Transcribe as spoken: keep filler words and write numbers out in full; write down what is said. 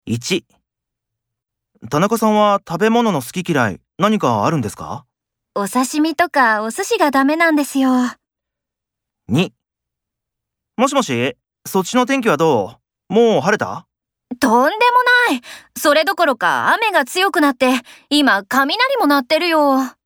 いち、田中さんは食べ物の好き嫌い何かあるんですか？ お刺身とかお寿司がダメなんですよ。 に、もしもし、そっちの天気はどう？もう晴れた？ とんでもない。それどころか雨が強くなって、今雷も鳴ってるよ。